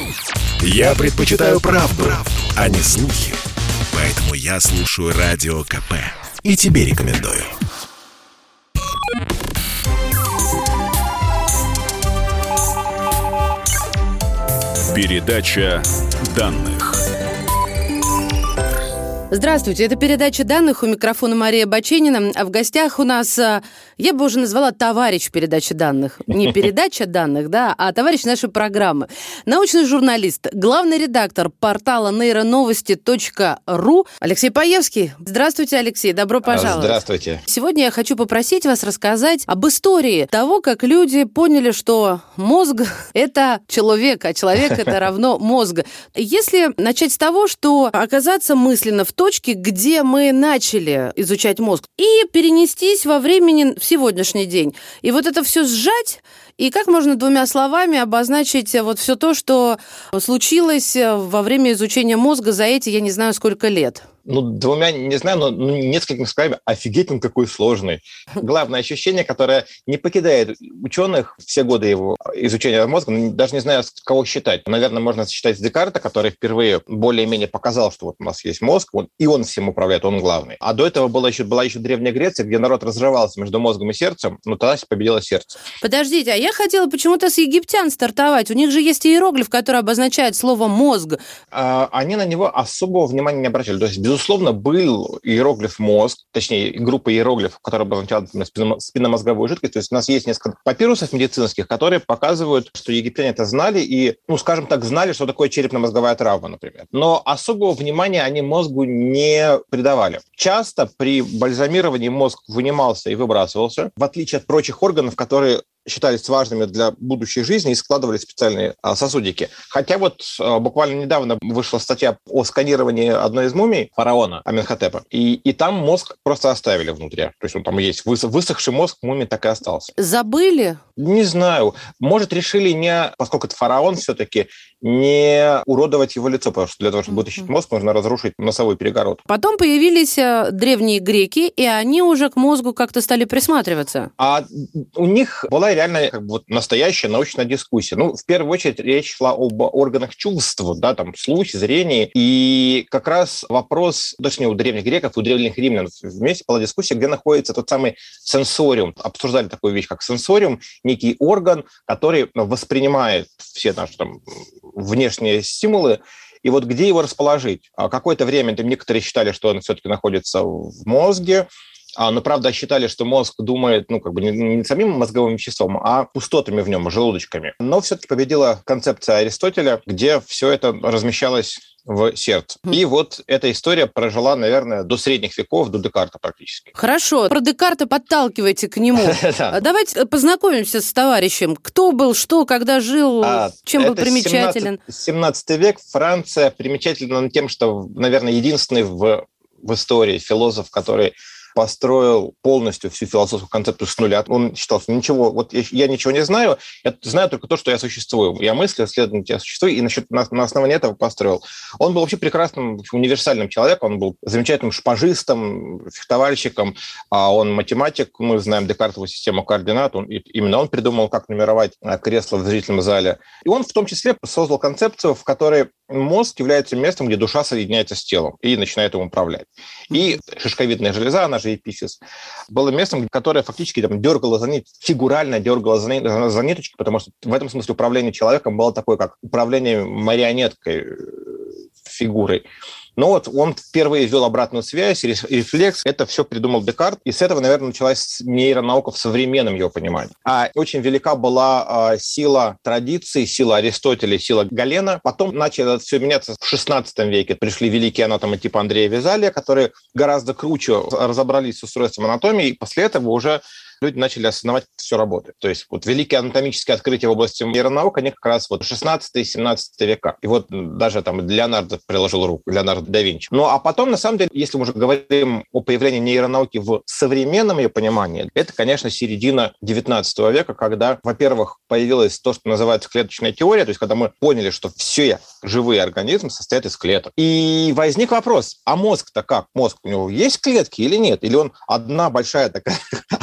Я предпочитаю правду, а не слухи. Поэтому я слушаю Радио КП. И тебе рекомендую. Передача данных. Здравствуйте, это передача данных, у микрофона Мария Баченина, а в гостях у нас, я бы уже назвала товарищ передачи данных, не передача данных, да, а товарищ нашей программы, научный журналист, главный редактор портала нейроновости.ру Алексей Паевский. Здравствуйте, Алексей, добро пожаловать. Здравствуйте. Сегодня я хочу попросить вас рассказать об истории того, как люди поняли, что мозг – это человек, а человек – это равно мозг. Если начать с того, что оказаться мысленно в точке, где мы начали изучать мозг, и перенестись во времени в сегодняшний день. И вот это все сжать, и как можно двумя словами обозначить вот все то, что случилось во время изучения мозга за эти, я не знаю, сколько лет? Двумя, не знаю, но несколькими словами, офигеть он какой сложный. Главное ощущение, которое не покидает ученых все годы его изучения мозга, даже не знаю, кого считать. Наверное, можно считать Декарта, который впервые более-менее показал, что вот у нас есть мозг, и он всем управляет, он главный. А до этого была еще Древняя Греция, где народ разрывался между мозгом и сердцем, но тогда победило сердце. Подождите, а я хотела почему-то с египтян стартовать. У них же есть иероглиф, который обозначает слово «мозг». Они на него особого внимания не обратили. То есть, безусловно, был иероглиф «мозг», точнее, группа иероглифов, которая обозначала спинномозговую жидкость. То есть у нас есть несколько папирусов медицинских, которые показывают, что египтяне это знали и, скажем так, знали, что такое черепно-мозговая травма, например. Но особого внимания они мозгу не придавали. Часто при бальзамировании мозг вынимался и выбрасывался, в отличие от прочих органов, которые считались важными для будущей жизни и складывали специальные сосудики. Хотя вот буквально недавно вышла статья о сканировании одной из мумий фараона Аменхотепа, и там мозг просто оставили внутри. То есть он там есть высохший мозг, мумии так и остался. Забыли? Не знаю. Может, решили поскольку это фараон все-таки, не уродовать его лицо, потому что для того, чтобы вытащить мозг, нужно разрушить носовую перегородку. Потом появились древние греки, и они уже к мозгу как-то стали присматриваться. А у них была реально настоящая научная дискуссия. В первую очередь речь шла об органах чувств, да, там слух, зрение. И как раз вопрос, точнее, у древних греков, у древних римлян вместе была дискуссия, где находится тот самый сенсориум. Обсуждали такую вещь, как сенсориум, некий орган, который воспринимает все наши внешние стимулы, и вот где его расположить? Какое-то время некоторые считали, что он все-таки находится в мозге, но, правда, считали, что мозг думает, не самим мозговым веществом, а пустотами в нем, желудочками. Но все-таки победила концепция Аристотеля, где все это размещалось в сердце. И вот эта история прожила, наверное, до средних веков, до Декарта практически. Хорошо, про Декарта подталкивайте к нему. Давайте познакомимся с товарищем. Кто был, что, когда жил, чем был примечателен? 17 век. Франция примечательна тем, что, наверное, единственный в истории философ, который построил полностью всю философскую концепцию с нуля. Он считал, что я ничего не знаю, я знаю только то, что я существую. Я мыслю, следовательно, я существую, и на основании этого построил. Он был вообще прекрасным, универсальным человеком, он был замечательным шпажистом, фехтовальщиком, он математик, мы знаем Декартову систему координат, именно он придумал, как нумеровать кресла в зрительном зале. И он в том числе создал концепцию, в которой мозг является местом, где душа соединяется с телом и начинает им управлять. И шишковидная железа, она же эпифиз, было местом, которое фактически дергало за ниточки, фигурально дергало за ниточки, потому что в этом смысле управление человеком было такое, как управление марионеткой, фигурой. Но он впервые ввел обратную связь, рефлекс. Это все придумал Декарт. И с этого, наверное, началась нейронаука в современном его понимании. А очень велика была сила традиции, сила Аристотеля, сила Галена. Потом начало это все меняться в XVI веке. Пришли великие анатомы типа Андрея Везалия, которые гораздо круче разобрались с устройством анатомии. И после этого уже люди начали осознавать, как все работает. То есть великие анатомические открытия в области нейронаук, они как раз 16-17 века. И даже Леонардо приложил руку, Леонардо да Винчи. А потом, на самом деле, если мы уже говорим о появлении нейронауки в современном ее понимании, это, конечно, середина XIX века, когда, во-первых, появилось то, что называется клеточная теория, то есть когда мы поняли, что все живые организмы состоят из клеток. И возник вопрос, а мозг-то как? Мозг, у него есть клетки или нет? Или он одна большая такая огромная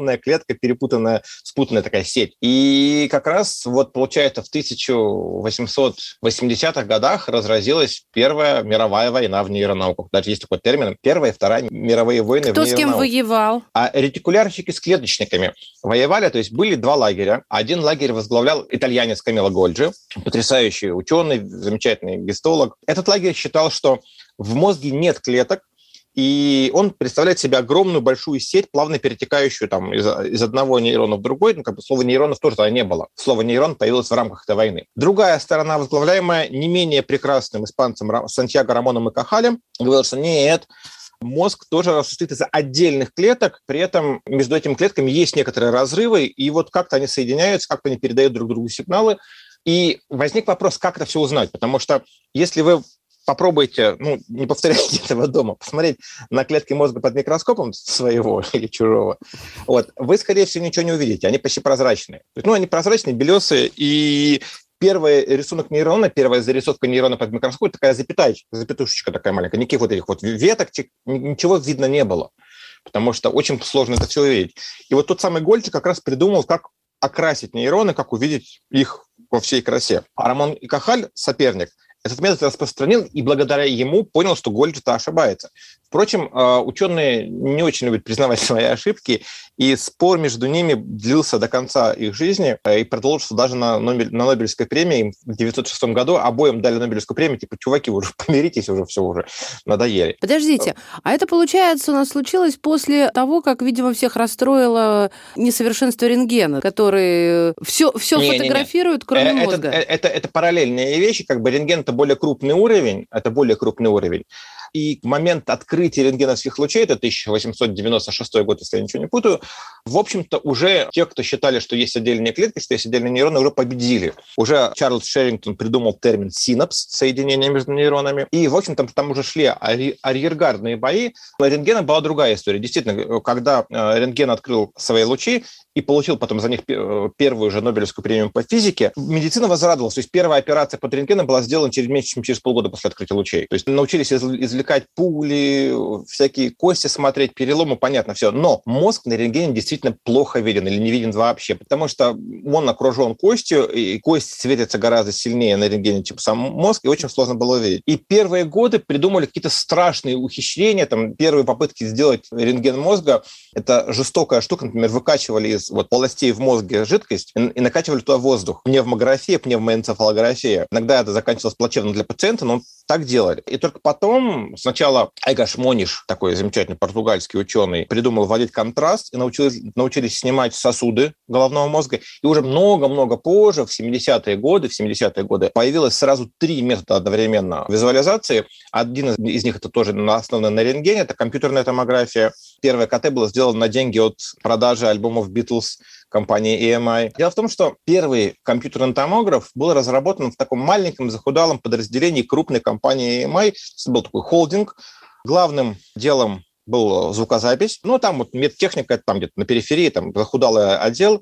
огромная клетка, перепутанная, спутанная такая сеть. И как раз вот получается в 1880-х годах разразилась Первая мировая война в нейронауках. Даже есть такой термин. Первая и Вторая мировые войны в нейронауках. Кто с кем воевал? А ретикулярщики с клеточниками воевали, то есть были два лагеря. Один лагерь возглавлял итальянец Камило Гольджи, потрясающий ученый, замечательный гистолог. Этот лагерь считал, что в мозге нет клеток, и он представляет себе огромную большую сеть, плавно перетекающую там, из одного нейрона в другой. Ну, как бы слова нейронов тоже тогда не было. Слово нейрон появилось в рамках этой войны. Другая сторона, возглавляемая не менее прекрасным испанцем Сантьяго Рамоном и Кахалем, говорила, что нет, мозг тоже состоит из отдельных клеток, при этом между этими клетками есть некоторые разрывы, и вот как-то они соединяются, как-то они передают друг другу сигналы. И возник вопрос, как это все узнать, потому что если вы попробуйте, не повторяйте этого дома, посмотреть на клетки мозга под микроскопом своего или чужого, вы, скорее всего, ничего не увидите. Они почти прозрачные. То есть, они прозрачные, белесые, и первый рисунок нейрона, первая зарисовка нейрона под микроскопом, такая запятушечка такая маленькая, никаких вот этих вот веток, ничего видно не было, потому что очень сложно это все увидеть. И вот тот самый Гольджи как раз придумал, как окрасить нейроны, как увидеть их во всей красе. А Рамон и Кахаль, соперник, этот метод распространил, и благодаря ему понял, что Гольджи-то ошибается. Впрочем, ученые не очень любят признавать свои ошибки, и спор между ними длился до конца их жизни и продолжился даже на Нобелевской премии. В 1906 году обоим дали Нобелевскую премию, типа, чуваки, вы уже помиритесь, все уже надоели. Подождите, а это, получается, у нас случилось после того, как, видимо, всех расстроило несовершенство рентгена, который все фотографирует, кроме мозга? Это параллельные вещи, как бы рентген – это более крупный уровень, И момент открытия рентгеновских лучей, это 1896 год, если я ничего не путаю, в общем-то, уже те, кто считали, что есть отдельные клетки, что есть отдельные нейроны, уже победили. Уже Чарльз Шерингтон придумал термин синапс, соединение между нейронами. И, в общем-то, там уже шли арьергардные бои. У рентгена была другая история. Действительно, когда рентген открыл свои лучи и получил потом за них первую же Нобелевскую премию по физике, медицина возрадовалась. То есть первая операция под рентгеном была сделана меньше, чем через полгода после открытия лучей. То есть научились извлекать пули, всякие кости смотреть, переломы, понятно, все. Но мозг на рентгене действительно плохо виден или не виден вообще, потому что он окружен костью, и кость светится гораздо сильнее на рентгене, чем сам мозг, и очень сложно было увидеть. И первые годы придумали какие-то страшные ухищрения, первые попытки сделать рентген мозга. Это жестокая штука, например, выкачивали из полостей в мозге жидкость и накачивали туда воздух. Пневмография, пневмоэнцефалография. Иногда это заканчивалось плачевно для пациента, но так делали. И только потом сначала Эгаш Мониш, такой замечательный португальский ученый, придумал вводить контраст и научились снимать сосуды головного мозга. И уже много-много позже, в 70-е годы, появилось сразу 3 метода одновременно визуализации. Один из них это тоже основанный на рентгене, это компьютерная томография. Первое КТ было сделано на деньги от продажи альбомов Beatles компании EMI. Дело в том, что первый компьютерный томограф был разработан в таком маленьком захудалом подразделении крупной компании EMI. Это был такой холдинг. Главным делом был звукозапись. Там медтехника, это там где-то на периферии, там захудалый отдел.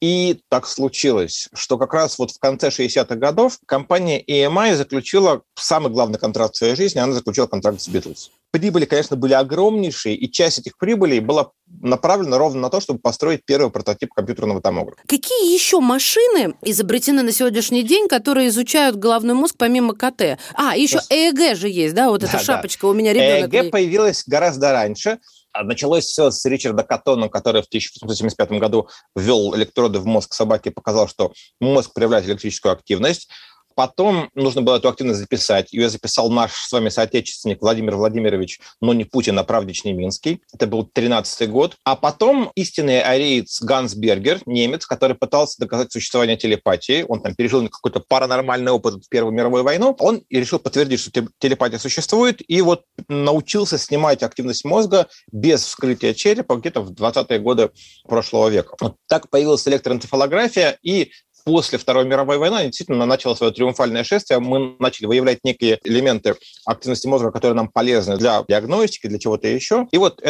И так случилось, что как раз в конце 60-х годов компания EMI заключила самый главный контракт в своей жизни, она заключила контракт с Beatles. Прибыли, конечно, были огромнейшие, и часть этих прибылей была направлена ровно на то, чтобы построить первый прототип компьютерного томографа. Какие еще машины изобретены на сегодняшний день, которые изучают головной мозг помимо КТ? Еще ЭЭГ же есть, да? Эта шапочка, у меня ребенок. ЭЭГ появилась гораздо раньше. Началось все с Ричарда Каттона, который в 1875 году ввел электроды в мозг собаки и показал, что мозг проявляет электрическую активность. Потом нужно было эту активность записать. Ее записал наш с вами соотечественник Владимир Владимирович, но не Путин, а Правдич Минский. Это был 13-й год. А потом истинный ариец Ганс Бергер, немец, который пытался доказать существование телепатии. Он пережил какой-то паранормальный опыт в Первую мировую войну. Он решил подтвердить, что телепатия существует, и научился снимать активность мозга без вскрытия черепа где-то в 20-е годы прошлого века. Так появилась электроэнцефалография, и после Второй мировой войны действительно начало свое триумфальное шествие. Мы начали выявлять некие элементы активности мозга, которые нам полезны для диагностики, для чего-то еще. И это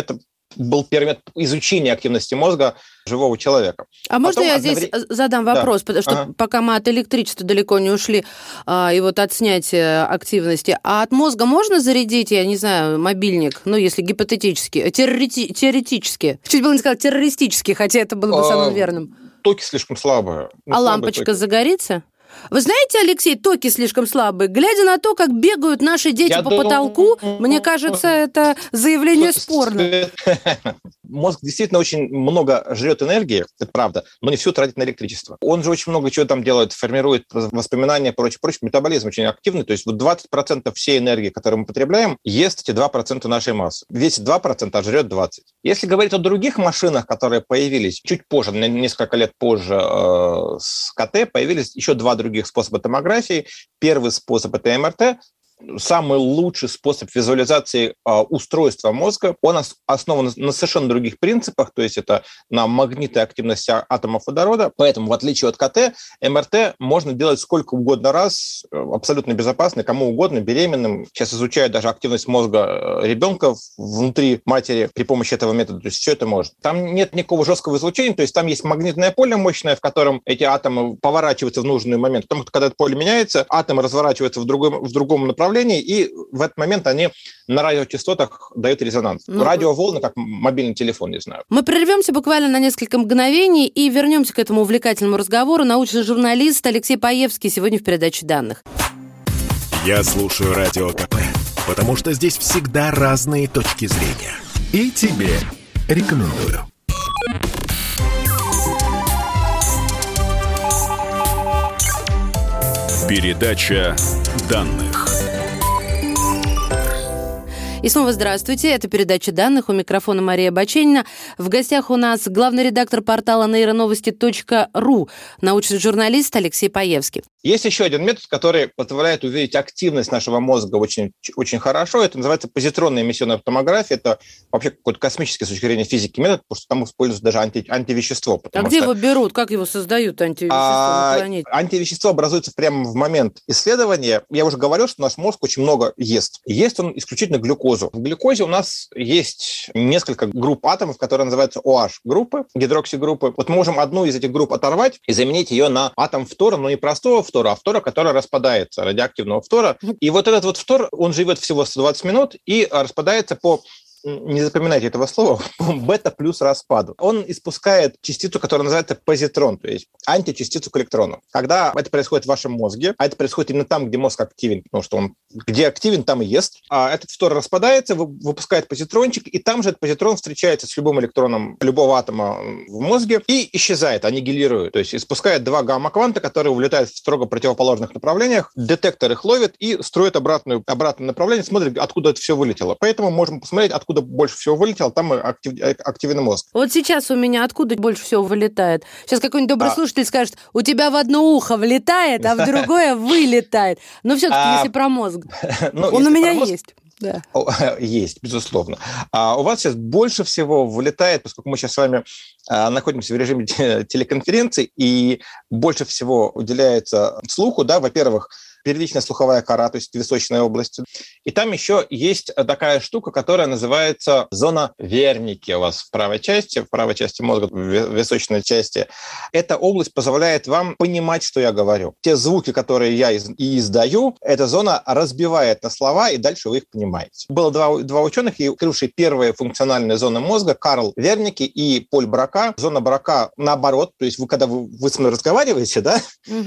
был первый метод изучения активности мозга живого человека. А можно я здесь задам вопрос, потому что пока мы от электричества далеко не ушли, и вот от снятия активности, а от мозга можно зарядить, я не знаю, мобильник, ну, если гипотетически, теоретически? Чуть было не сказать террористически, хотя это было бы самым верным. Токи слишком слабые. А лампочка загорится? Вы знаете, Алексей, токи слишком слабые. Глядя на то, как бегают наши дети потолку, мне кажется, это заявление спорное. Мозг действительно очень много жрет энергии, это правда, но не всю тратит на электричество. Он же очень много чего там делает, формирует воспоминания, прочее. Метаболизм очень активный, то есть вот 20% всей энергии, которую мы потребляем, ест эти 2% нашей массы. Весит 2%, а жрет 20%. Если говорить о других машинах, которые появились чуть позже, несколько лет позже с КТ, появились еще два других способа томографии. Первый способ – это МРТ. Самый лучший способ визуализации устройства мозга. Он основан на совершенно других принципах, то есть это на магнитной активности атомов водорода. Поэтому, в отличие от КТ, МРТ можно делать сколько угодно раз, абсолютно безопасно, кому угодно, беременным. Сейчас изучают даже активность мозга ребенка внутри матери при помощи этого метода. То есть все это можно. Там нет никакого жесткого излучения, то есть там есть магнитное поле мощное, в котором эти атомы поворачиваются в нужный момент. Потому что когда это поле меняется, атомы разворачиваются в другом направлении, и в этот момент они на радиочастотах дают резонанс. Радиоволны, как мобильный телефон, не знаю. Мы прервемся буквально на несколько мгновений и вернемся к этому увлекательному разговору. Научный журналист Алексей Паевский сегодня в передаче данных. Я слушаю Радио КП, потому что здесь всегда разные точки зрения. И тебе рекомендую. Передача данных. И снова здравствуйте. Это передача данных. У микрофона Мария Баченина. В гостях у нас главный редактор портала нейроновости.ру, научный журналист Алексей Паевский. Есть еще один метод, который позволяет увидеть активность нашего мозга очень, очень хорошо. Это называется позитронная эмиссионная томография. Это вообще какой-то космический с точки зрения физики метод, потому что там используется даже антивещество. А где его берут? Как его создают, антивещество на планете? Антивещество образуется прямо в момент исследования. Я уже говорил, что наш мозг очень много ест. Ест он исключительно глюкозу. В глюкозе у нас есть несколько групп атомов, которые называются OH-группы, гидроксигруппы. Вот мы можем одну из этих групп оторвать и заменить ее на атом фтора, но не простого фтора, а фтора, который распадается, радиоактивного фтора. И вот этот вот фтор, он живет всего 120 минут и распадается по, не запоминайте этого слова, бета плюс распаду. Он испускает частицу, которая называется позитрон, то есть античастицу к электрону. Когда это происходит в вашем мозге, а это происходит именно там, где мозг активен, потому что он где активен, там и ест, а этот фтор распадается, выпускает позитрончик, и там же этот позитрон встречается с любым электроном любого атома в мозге и исчезает, аннигилирует, то есть испускает два гамма-кванта, которые улетают в строго противоположных направлениях, детектор их ловит и строит обратное направление, смотрит, откуда это все вылетело. Поэтому можем посмотреть, откуда больше всего вылетело, там активен мозг. Вот сейчас у меня откуда больше всего вылетает? Сейчас какой-нибудь добрый слушатель скажет, у тебя в одно ухо влетает, а в другое вылетает. Но все-таки, если про мозг, он у меня есть. Да. Есть, безусловно. А у вас сейчас больше всего вылетает, поскольку мы сейчас с вами находимся в режиме телеконференции, и больше всего уделяется слуху, да, во-первых, первичная слуховая кора, то есть височная область. И там еще есть такая штука, которая называется зона Верники у вас в правой части мозга, в височной части. Эта область позволяет вам понимать, что я говорю. Те звуки, которые я издаю, эта зона разбивает на слова, и дальше вы их понимаете. Было два ученых, открывшие первые функциональные зоны мозга, Карл Верники и Поль Брака. Зона Брака наоборот, то есть когда вы со мной разговариваете, да,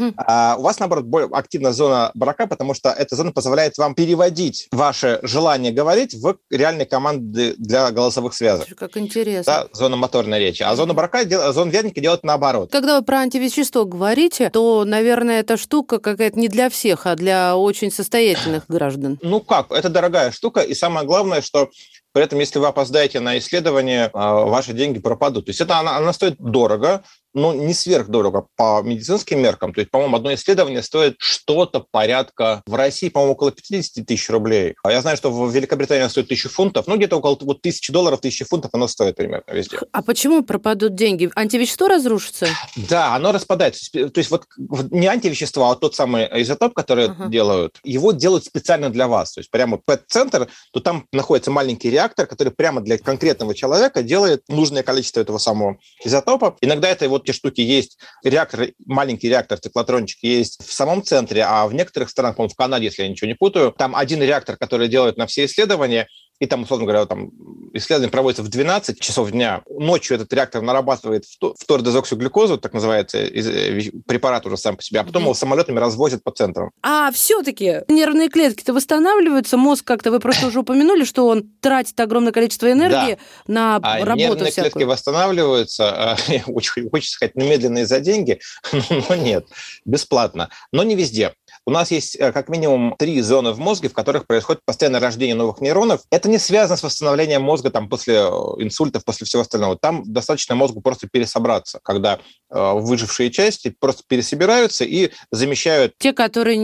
у вас наоборот более активная зона Брака, потому что эта зона позволяет вам переводить ваше желание говорить в реальные команды для голосовых связок. Как интересно. Да, зона моторной речи. А зона Брака, зона Верники делает наоборот. Когда вы про антивещество говорите, то, наверное, эта штука какая-то не для всех, а для очень состоятельных граждан. Ну как, это дорогая штука, и самое главное, что при этом, если вы опоздаете на исследование, ваши деньги пропадут. То есть она стоит дорого, не сверхдорого по медицинским меркам. То есть, по-моему, одно исследование стоит что-то порядка в России, по-моему, около 50 тысяч рублей. А я знаю, что в Великобритании стоит 1000 фунтов, где-то около $1000, 1000 фунтов оно стоит примерно везде. А почему пропадут деньги? Антивещество разрушится? Да, оно распадается. То есть не антивещество, а тот самый изотоп, который делают, его делают специально для вас. То есть прямо PET-центр, то там находится маленький реактор, который прямо для конкретного человека делает нужное количество этого самого изотопа. Иногда это вот те штуки есть. Маленький реактор, циклотрончик есть в самом центре, а в некоторых странах, по-моему, в Канаде, если я ничего не путаю, там один реактор, который делает на все исследования, и там, условно говоря, там исследование проводится в 12 часов дня. Ночью этот реактор нарабатывает фтордезоксиглюкозу, так называется, препарат уже сам по себе, а потом его самолетами развозят по центрам. А все-таки нервные клетки-то восстанавливаются, мозг как-то, вы просто уже упомянули, что он тратит огромное количество энергии на работу нервные всякую. Клетки восстанавливаются, хочется сказать, немедленно и за деньги, но нет, бесплатно. Но не везде. У нас есть как минимум 3 зоны в мозге, в которых происходит постоянное рождение новых нейронов. Это не связано с восстановлением мозга после инсультов, после всего остального. Там достаточно мозгу просто пересобраться, когда выжившие части просто пересобираются и замещают... Те, которые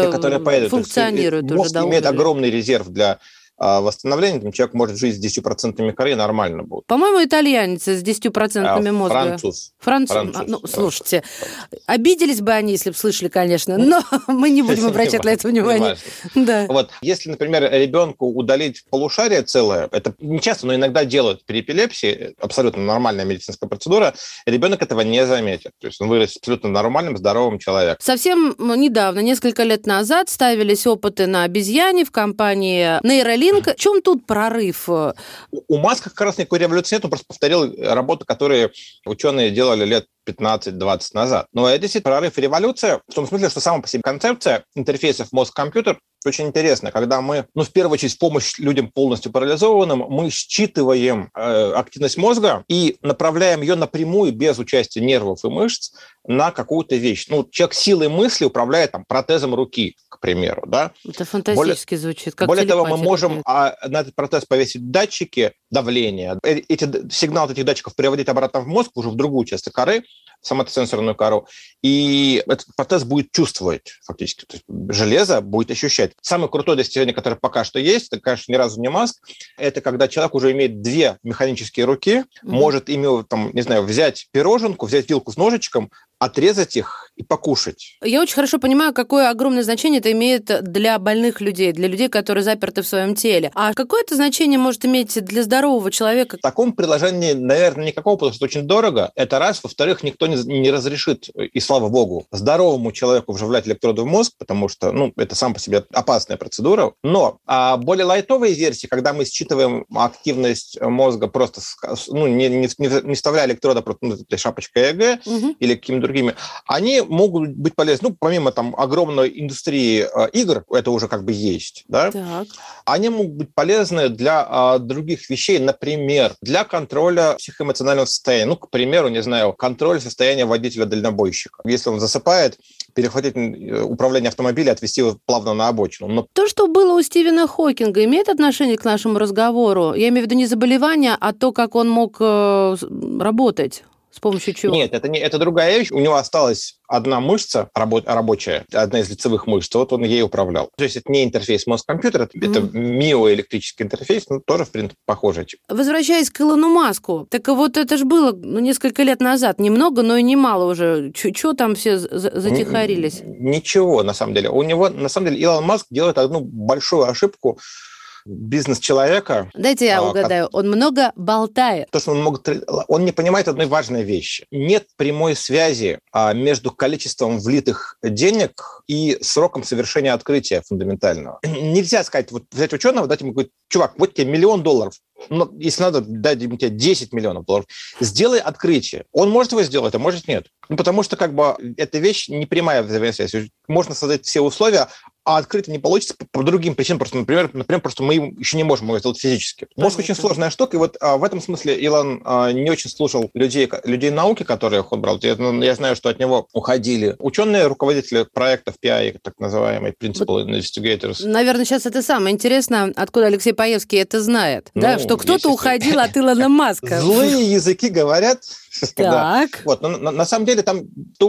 не функционируют уже. Мозг имеет огромный резерв для восстановления, там человек может жить с 10% коры, нормально будет. По-моему, итальянец с 10% мозга. Француз. Слушайте, обиделись бы они, если бы слышали, конечно, но мы не будем обращать на это внимание. Да. Вот, если, например, ребенку удалить полушарие целое, это не часто, но иногда делают при эпилепсии, абсолютно нормальная медицинская процедура, ребенок этого не заметит. То есть он вырастет абсолютно нормальным, здоровым человеком. Совсем недавно, несколько лет назад, ставились опыты на обезьяне в компании Neuralink. В чем тут прорыв? У Маска как раз никакой революции нет, он просто повторил работу, которые ученые делали лет 15-20 назад. Но это действительно прорыв и революция, в том смысле, что сама по себе концепция интерфейсов мозг-компьютер очень интересная. Когда мы, в первую очередь, в помощь людям полностью парализованным, мы считываем активность мозга и направляем ее напрямую, без участия нервов и мышц, на какую-то вещь. Человек силой мысли управляет протезом руки, к примеру. Да? Это фантастически звучит. Как более того, мы можем на этот протез повесить датчики давления. Эти сигналы этих датчиков приводить обратно в мозг, уже в другую часть коры, соматосенсорную кору, и этот протез будет чувствовать фактически. То есть железо будет ощущать. Самое крутое достижение, которое пока что есть, это, конечно, ни разу не Маск, это когда человек уже имеет 2 механические руки, может взять пироженку, взять вилку с ножичком, отрезать их и покушать. Я очень хорошо понимаю, какое огромное значение это имеет для больных людей, для людей, которые заперты в своем теле. А какое это значение может иметь для здорового человека? В таком приложении, наверное, никакого, потому что очень дорого. Это раз. Во-вторых, никто не разрешит, и слава богу, здоровому человеку вживлять электроды в мозг, потому что это сам по себе опасная процедура. Но более лайтовые версии, когда мы считываем активность мозга просто, не вставляя электрода просто шапочкой ЭЭГ или какими-то другими, они могут быть полезны. Помимо огромной индустрии игр, это уже есть, да? Так. Они могут быть полезны для других вещей, например, для контроля психоэмоционального состояния. К примеру, контроль состояния водителя-дальнобойщика. Если он засыпает, перехватить управление автомобилем и отвезти его плавно на обочину. То, что было у Стивена Хокинга, имеет отношение к нашему разговору? Я имею в виду не заболевание, а то, как он мог работать. С помощью чего? Нет, это другая вещь. У него осталась одна мышца рабочая, одна из лицевых мышц, вот он ей управлял. То есть это не интерфейс мозг-компьютер, это миоэлектрический интерфейс, тоже, в принципе, похожий. Возвращаясь к Илону Маску, так вот это же было несколько лет назад. Немного, но и немало уже. Чего там все затихарились? Ничего, на самом деле. На самом деле, Илон Маск делает одну большую ошибку бизнес-человека. Дайте я угадаю, он много болтает. То, что он не понимает одной важной вещи. Нет прямой связи между количеством влитых денег и сроком совершения открытия фундаментального. Нельзя сказать, взять ученого, дать ему говорить: чувак, вот тебе $1 миллион, но если надо, дать ему тебе $10 миллионов, сделай открытие. Он может его сделать, а может нет. Потому что эта вещь не прямая взаимосвязь. Можно создать все условия, а открыто не получится по другим причинам. Просто, например, просто мы еще не можем его сделать физически. Мозг очень сложная штука, и вот в этом смысле Илон не очень слушал людей науки, которых он брал. Я знаю, что от него уходили ученые, руководители проектов PI, так называемый Principal Investigators. Наверное, сейчас это самое интересное, откуда Алексей Паевский это знает, да, что кто-то уходил от Илона Маска. Злые языки говорят. Так. Да. Вот. Но на самом деле там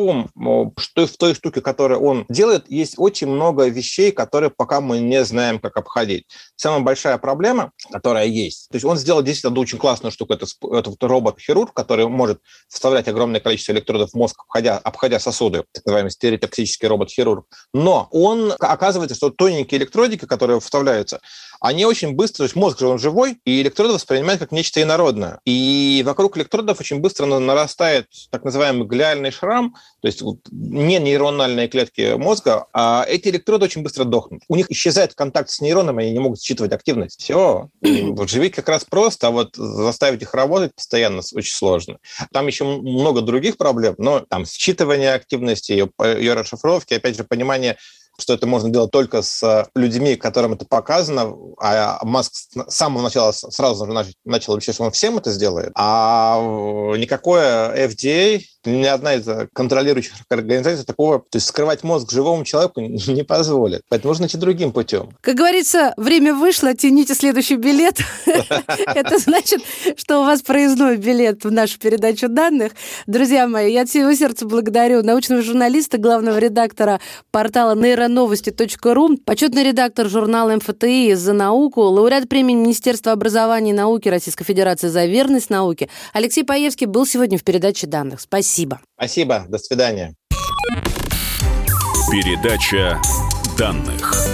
в той штуке, которую он делает, есть очень много вещей, которые пока мы не знаем, как обходить. Самая большая проблема, которая есть, то есть он сделал действительно очень классную штуку, это робот-хирург, который может вставлять огромное количество электродов в мозг, обходя сосуды, так называемый стереотоксический робот-хирург. Но оказывается, что тоненькие электродики, которые вставляются, они очень быстро, то есть мозг же он живой, и электроды воспринимают как нечто инородное. И вокруг электродов очень быстро нарастает так называемый глиальный шрам, то есть не нейрональные клетки мозга, а эти электроды очень быстро дохнут. У них исчезает контакт с нейронами, они не могут считывать активность. Все. Вот живить как раз просто, а вот заставить их работать постоянно очень сложно. Там еще много других проблем, но там считывание активности, ее расшифровки, опять же, понимание, что это можно делать только с людьми, которым это показано, а Маск с самого начала сразу начал вообще, что он всем это сделает, а никакое FDA, ни одна из контролирующих организаций такого, то есть скрывать мозг живому человеку не позволит. Поэтому нужно идти другим путем. Как говорится, время вышло, тяните следующий билет. Это значит, что у вас проездной билет в нашу передачу данных. Друзья мои, я от всего сердца благодарю научного журналиста, главного редактора портала нейроновости.ру, почетный редактор журнала МФТИ «За науку», лауреат премии Министерства образования и науки Российской Федерации за верность науке. Алексей Паевский был сегодня в передаче данных. Спасибо. Спасибо. До свидания. Передача данных.